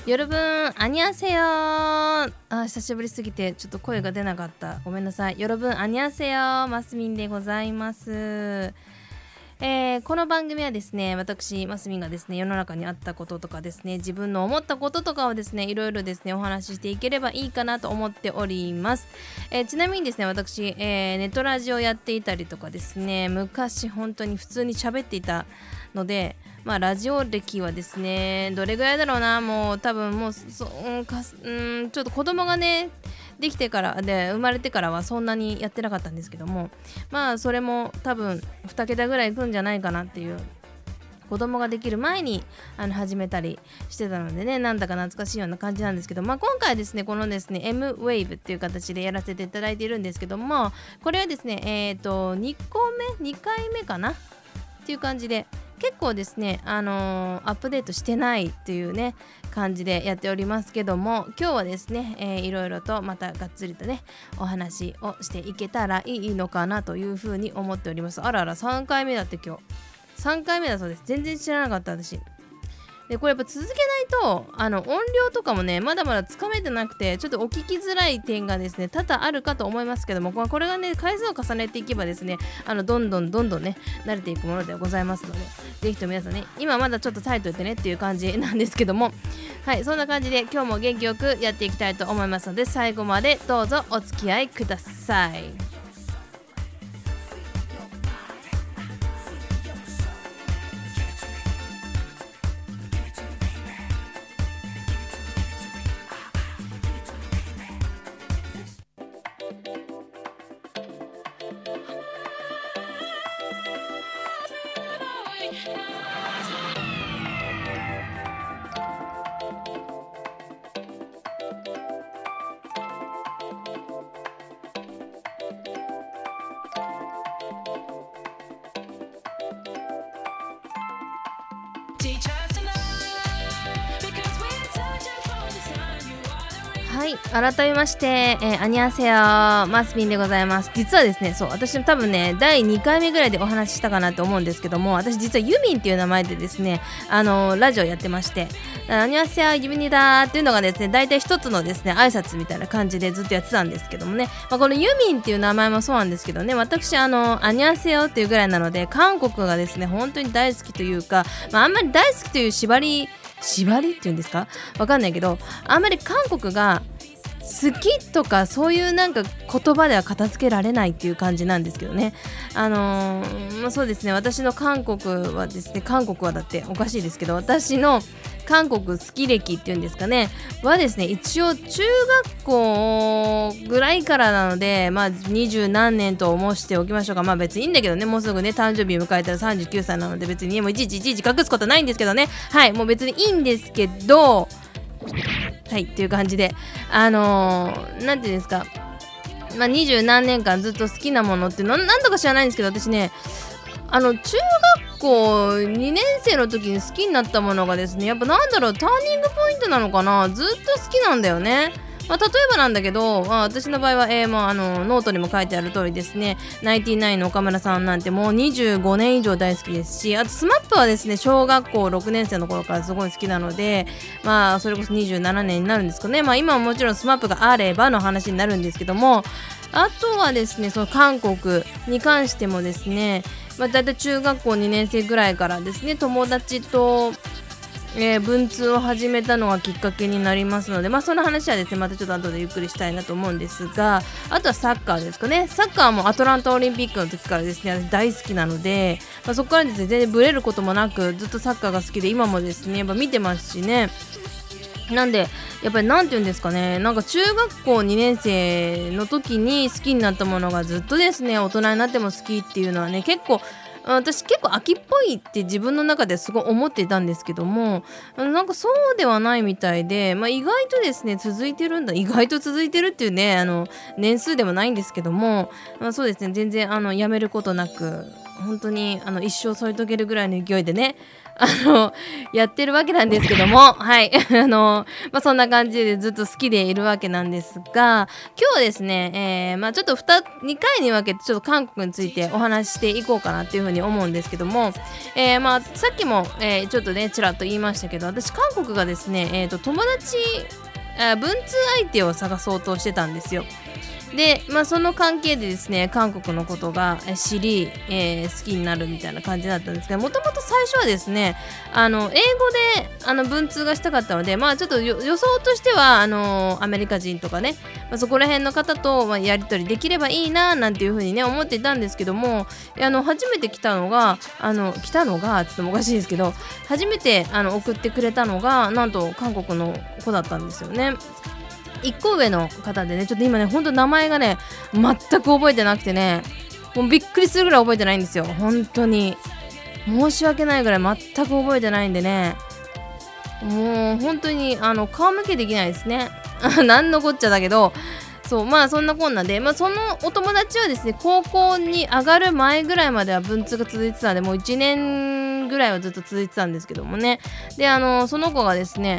여러분 안녕하세요.久しぶりすぎてちょっと声が出なかった。ごめんなさい。여러분 안녕하세요。マスミンでございます。この番組はですね、私マスミンがですね、世の中にあったこととかですね、自分の思ったこととかをですね、いろいろですねお話ししていければいいかなと思っております。ちなみにですね、私、ネットラジオやっていたりとかですね、昔本当に普通に喋っていたので、ラジオ歴はですね、どれぐらいだろうな、もう多分もうちょっと子供がねできてからで生まれてからはそんなにやってなかったんですけども、それも多分2桁ぐらいいくんじゃないかなっていう、子供ができる前に始めたりしてたのでね、なんだか懐かしいような感じなんですけど、今回ですねこのですね M-Wave っていう形でやらせていただいているんですけども、これはですね2回目かなっていう感じで、結構ですねアップデートしてないっていうね感じでやっておりますけども、今日はですね、いろいろとまたがっつりとねお話をしていけたらいいのかなというふうに思っております。あらあら3回目だって、今日3回目だそうです。全然知らなかった私で。これやっぱ続けないと音量とかもねまだまだつかめてなくて、ちょっとお聞きづらい点がですね多々あるかと思いますけども、これがね回数を重ねていけばですねどんどんね慣れていくものではございますので、ぜひと皆さんね、今まだちょっとタイトルでねっていう感じなんですけども、はい、そんな感じで今日も元気よくやっていきたいと思いますので、最後までどうぞお付き合いください。はい、改めまして、アニャンセヨマスミンでございます。実はですね、そう私も多分ね第2回目ぐらいでお話ししたかなと思うんですけども、私実はユミンっていう名前でですねラジオやってまして、アニャンセヨユミニだーっていうのがですね、大体一つのですね挨拶みたいな感じでずっとやってたんですけどもね、このユミンっていう名前もそうなんですけどね、私アニャンセヨっていうぐらいなので、韓国がですね本当に大好きというか、あんまり大好きという縛りっていうんですか、わかんないけど、あんまり韓国が好きとかそういうなんか言葉では片付けられないっていう感じなんですけどね。そうですね、私の韓国はですね、韓国はだっておかしいですけど、私の韓国好き歴っていうんですかねはですね、一応中学校ぐらいからなので、20何年と申しておきましょうか。別にいいんだけどね、もうすぐね誕生日迎えたら39歳なので、別にもういちいち隠すことはないんですけどね、はい、もう別にいいんですけど、はいっていう感じで、なんていうんですか、20何年間ずっと好きなものってなんとか知らないんですけど、私ね中学校2年生の時に好きになったものがですね、やっぱなんだろう、ターニングポイントなのかな、ずっと好きなんだよね。例えばなんだけど、私の場合は、ノートにも書いてある通りですね、ナインティナインの岡村さんなんてもう25年以上大好きですし、あとスマップはですね小学校6年生の頃からすごい好きなので、それこそ27年になるんですかね。今はもちろんスマップがあればの話になるんですけども、あとはですねその韓国に関してもですね、だいたい中学校2年生ぐらいからですね、友達と文通を始めたのがきっかけになりますので、その話はですねまたちょっと後でゆっくりしたいなと思うんですが、あとはサッカーですかね。サッカーもアトランタオリンピックの時からですね大好きなので、そこからですね全然ブレることもなくずっとサッカーが好きで、今もですねやっぱ見てますしね。なんでやっぱりなんて言うんですかね、なんか中学校2年生の時に好きになったものがずっとですね大人になっても好きっていうのはね、私結構秋っぽいって自分の中ですごい思っていたんですけども、なんかそうではないみたいで、意外とですね続いてるっていうね年数でもないんですけども、そうですね全然やめることなく本当に一生添い遂げるぐらいの勢いでねやってるわけなんですけども、はい。そんな感じでずっと好きでいるわけなんですが、今日はですね、ちょっと2回に分けてちょっと韓国についてお話ししていこうかなっていうふうに思うんですけども、さっきも、ちょっとねちらっと言いましたけど、私韓国がですね、友達文通相手を探そうとしてたんですよ。で、その関係でですね、韓国のことが知り、好きになるみたいな感じだったんですが、もともと最初はですね、英語で文通がしたかったので、ちょっと予想としてはアメリカ人とかね、そこら辺の方と、やり取りできればいいななんていうふうにね思っていたんですけども、初めて来たのがちょっとおかしいですけど、初めて送ってくれたのがなんと韓国の子だったんですよね。1個上の方でね、ちょっと今ねほんと名前がね全く覚えてなくてね、もうびっくりするぐらい覚えてないんですよ。本当に申し訳ないぐらい全く覚えてないんでね、もう本当に顔向けできないですねなんのこっちゃだけど、そうそんなこんなで、そのお友達はですね、高校に上がる前ぐらいまでは文通が続いてたんで、もう1年ぐらいはずっと続いてたんですけどもね。でその子がですね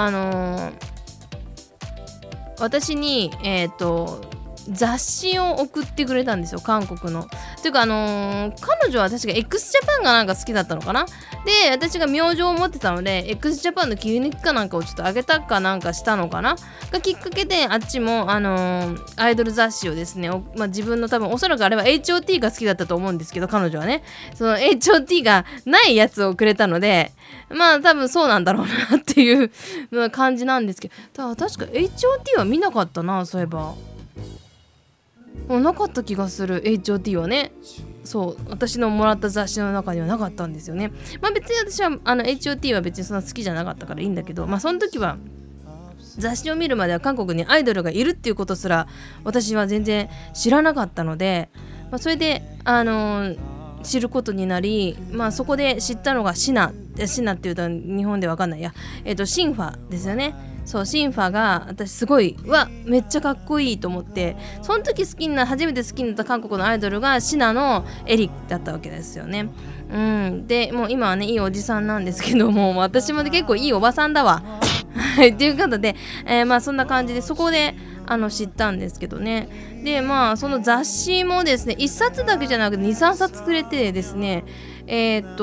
私に雑誌を送ってくれたんですよ、韓国の。というか彼女は確か x ジャパンがなんか好きだったのかな。で私が明星を持ってたので x ジャパンの切り抜きかなんかをちょっとあげたかなんかしたのかながきっかけで、あっちもアイドル雑誌をですね、自分の多分おそらくあれは HOT が好きだったと思うんですけど、彼女はねその HOT がないやつをくれたので、多分そうなんだろうなっていう感じなんですけど、確か HOT は見なかったな、そういえば。なかった気がする。 HOT はね、そう私のもらった雑誌の中にはなかったんですよね。別に私はHOT は別にそんな好きじゃなかったからいいんだけど、その時は雑誌を見るまでは韓国にアイドルがいるっていうことすら私は全然知らなかったので、それで知ることになり、そこで知ったのがシナっていうと日本でわかんないや、シンファですよね。そうシンファが私すごいめっちゃかっこいいと思って、その時初めて好きになった韓国のアイドルがシナのエリだったわけですよね。でもう今はねいいおじさんなんですけども、私も結構いいおばさんだわっていうことで、そんな感じでそこで知ったんですけどね。でその雑誌もですね1冊だけじゃなくて 2,3 冊くれてですね、やっぱ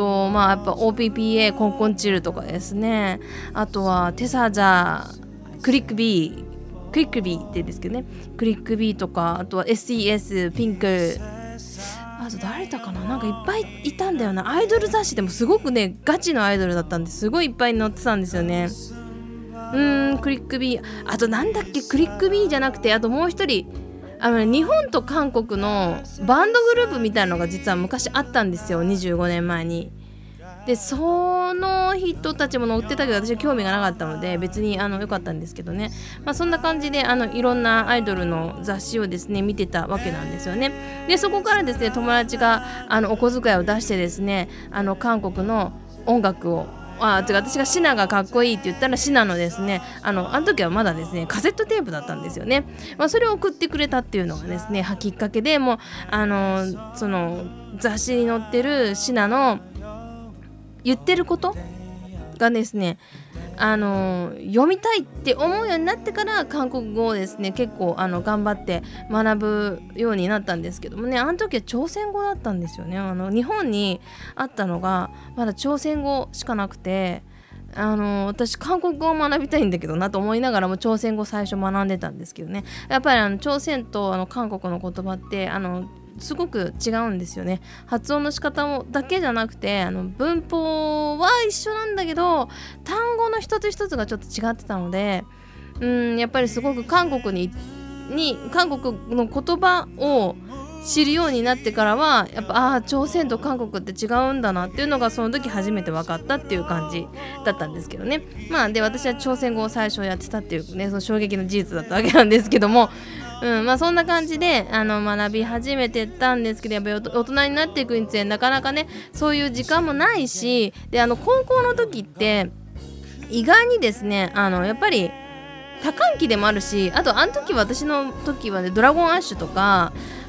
OPPA コンコンチルとかですね、あとはテサジャークリックビーってですけどね、クリックビーとか、あとは SES ピンク、あと誰だかな、なんかいっぱいいたんだよな。アイドル雑誌でもすごくねガチのアイドルだったんですごいいっぱい載ってたんですよね。クリックビー、あとなんだっけ、クリックビーじゃなくて、あともう一人日本と韓国のバンドグループみたいなのが実は昔あったんですよ、25年前に。でその人たちも載ってたけど私は興味がなかったので別に良かったんですけどね。そんな感じでいろんなアイドルの雑誌をですね見てたわけなんですよね。でそこからですね友達がお小遣いを出してですね韓国の音楽を私がシナがかっこいいって言ったらシナのですねあの時はまだですねカセットテープだったんですよね。それを送ってくれたっていうのがですねきっかけで、もうその雑誌に載ってるシナの言ってることがですね読みたいって思うようになってから韓国語をですね結構頑張って学ぶようになったんですけどもね、あの時は朝鮮語だったんですよね。日本にあったのがまだ朝鮮語しかなくて、私韓国語を学びたいんだけどなと思いながらも朝鮮語最初学んでたんですけどね、やっぱり朝鮮と韓国の言葉ってすごく違うんですよね。発音の仕方もだけじゃなくて文法は一緒なんだけど単語の一つ一つがちょっと違ってたので、やっぱりすごく韓国の言葉を知るようになってからはやっぱ朝鮮と韓国って違うんだなっていうのがその時初めて分かったっていう感じだったんですけどね。で私は朝鮮語を最初やってたっていうね、その衝撃の事実だったわけなんですけども、そんな感じで学び始めてったんですけど、やっぱり大人になっていくにつれなかなかねそういう時間もないし、で高校の時って意外にですねやっぱり多感期でもあるし、あと時私の時はねドラゴンアッシュとか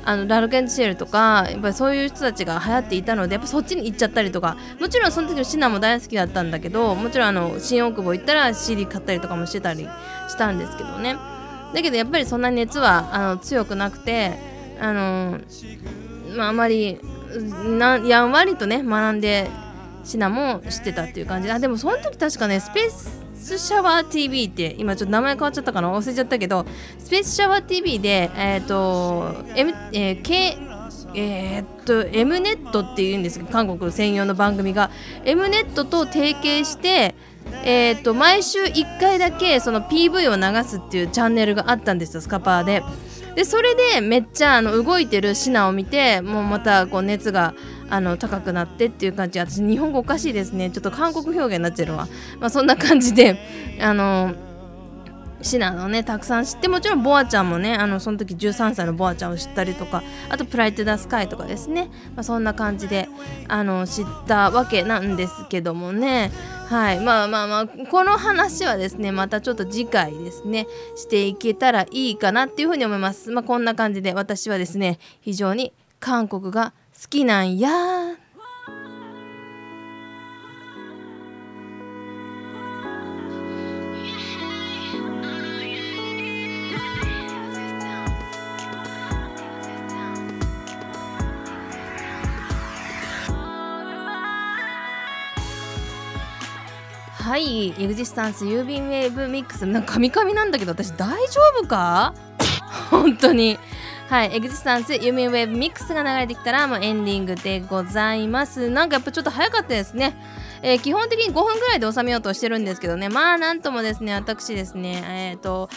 ラルケンシェルとかやっぱりそういう人たちが流行っていたので、やっぱそっちに行っちゃったりとか、もちろんその時のシナも大好きだったんだけど、もちろん新大久保行ったら CD 買ったりとかもしてたりしたんですけどね。だけどやっぱりそんな熱は強くなくて、あまりやんわりとね学んでシナもしてたっていう感じで、でもその時確かねスペースシャワー TV って今ちょっと名前変わっちゃったかな、忘れちゃったけど、スペースシャワー TV でM ネットっていうんですけど、韓国専用の番組が M ネットと提携して、毎週1回だけその PV を流すっていうチャンネルがあったんですよ、スカパーで。でそれでめっちゃ動いてるシナを見て、もうまたこう熱が高くなってっていう感じ。私日本語おかしいですね、ちょっと韓国表現になっちゃうわ。そんな感じでシナのねたくさん知って、もちろんボアちゃんもねその時13歳のボアちゃんを知ったりとか、あとプライトダスカイとかですね、そんな感じで知ったわけなんですけどもね。はい、この話はですねまたちょっと次回ですねしていけたらいいかなっていうふうに思います。こんな感じで私はですね非常に韓国が好きなんや。はい、エグジスタンス郵便ウェーブミックス、なんかカミカミなんだけど私大丈夫か本当に。はい、エグジスタンス郵便ウェーブミックスが流れてきたらもうエンディングでございます。なんかやっぱちょっと早かったですね。基本的に5分ぐらいで収めようとしてるんですけどね、なんともですね私ですね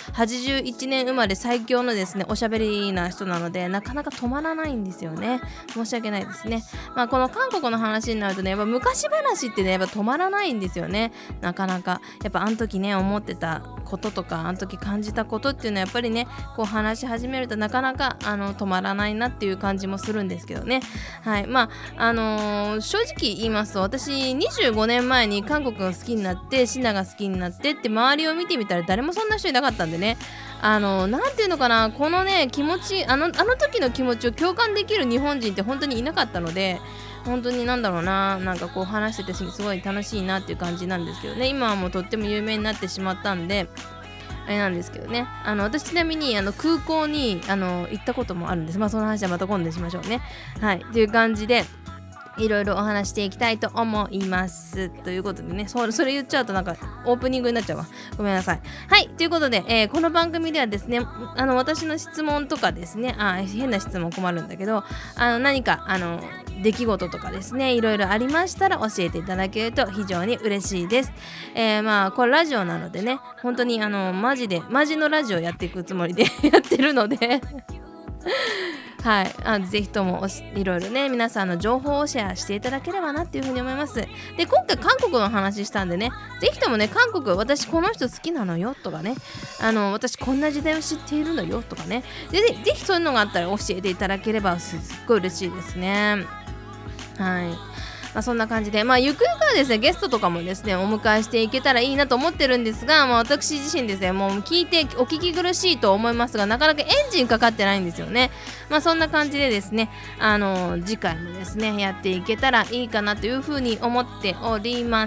81年生まれ最強のですねおしゃべりな人なので、なかなか止まらないんですよね。申し訳ないですね。この韓国の話になるとね、やっぱ昔話ってねやっぱ止まらないんですよね。なかなかやっぱ時ね思ってたこととか時感じたことっていうのはやっぱりねこう話し始めるとなかなか止まらないなっていう感じもするんですけどね。はい、正直言いますと私25年前に韓国が好きになってシナが好きになってって周りを見てみたら誰もそんな人いなかったんでね、なんていうのかな、このね気持ちあの時の気持ちを共感できる日本人って本当にいなかったので、本当になんかこう話しててすごい楽しいなっていう感じなんですけどね。今はもうとっても有名になってしまったんであれなんですけどね。私ちなみに空港に行ったこともあるんです。その話はまた今度にしましょうね。はいという感じでいろいろお話していきたいと思いますということでね、それ言っちゃうとなんかオープニングになっちゃうわ、ごめんなさい。はいということで、この番組ではですね私の質問とかですね、変な質問困るんだけど何か出来事とかですねいろいろありましたら教えていただけると非常に嬉しいです。これラジオなのでね本当にマジのラジオやっていくつもりでやってるのではい、ぜひともいろいろね皆さんの情報をシェアしていただければなっていうふうに思います。で今回韓国の話したんでね、ぜひともね韓国私この人好きなのよとかね私こんな時代を知っているのよとかね、でぜひそういうのがあったら教えていただければすっごい嬉しいですね。はいそんな感じでゆくゆくはですねゲストとかもですねお迎えしていけたらいいなと思ってるんですが、私自身ですねもう聞いてお聞き苦しいと思いますがなかなかエンジンかかってないんですよね。そんな感じでですね次回もですねやっていけたらいいかなというふうに思っております。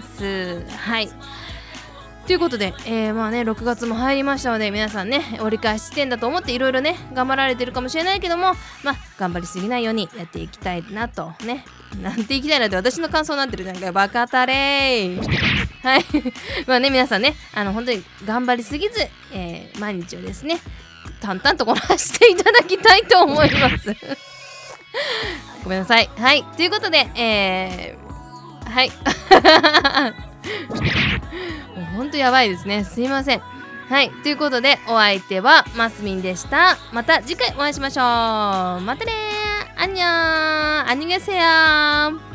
はいということで、6月も入りましたので皆さんね折り返し地点だと思っていろいろね頑張られてるかもしれないけども頑張りすぎないようにやっていきたいなとね、なんていきたいなって私の感想になってるじゃんかバカタレーはい皆さんね本当に頑張りすぎず、毎日をですね淡々とこなしていただきたいと思いますごめんなさい。はいということではいもうほんとやばいですね、すいません。はいということでお相手はマスミンでした。また次回お会いしましょう。またねー、アンニョン、アンニョンゲセヨー。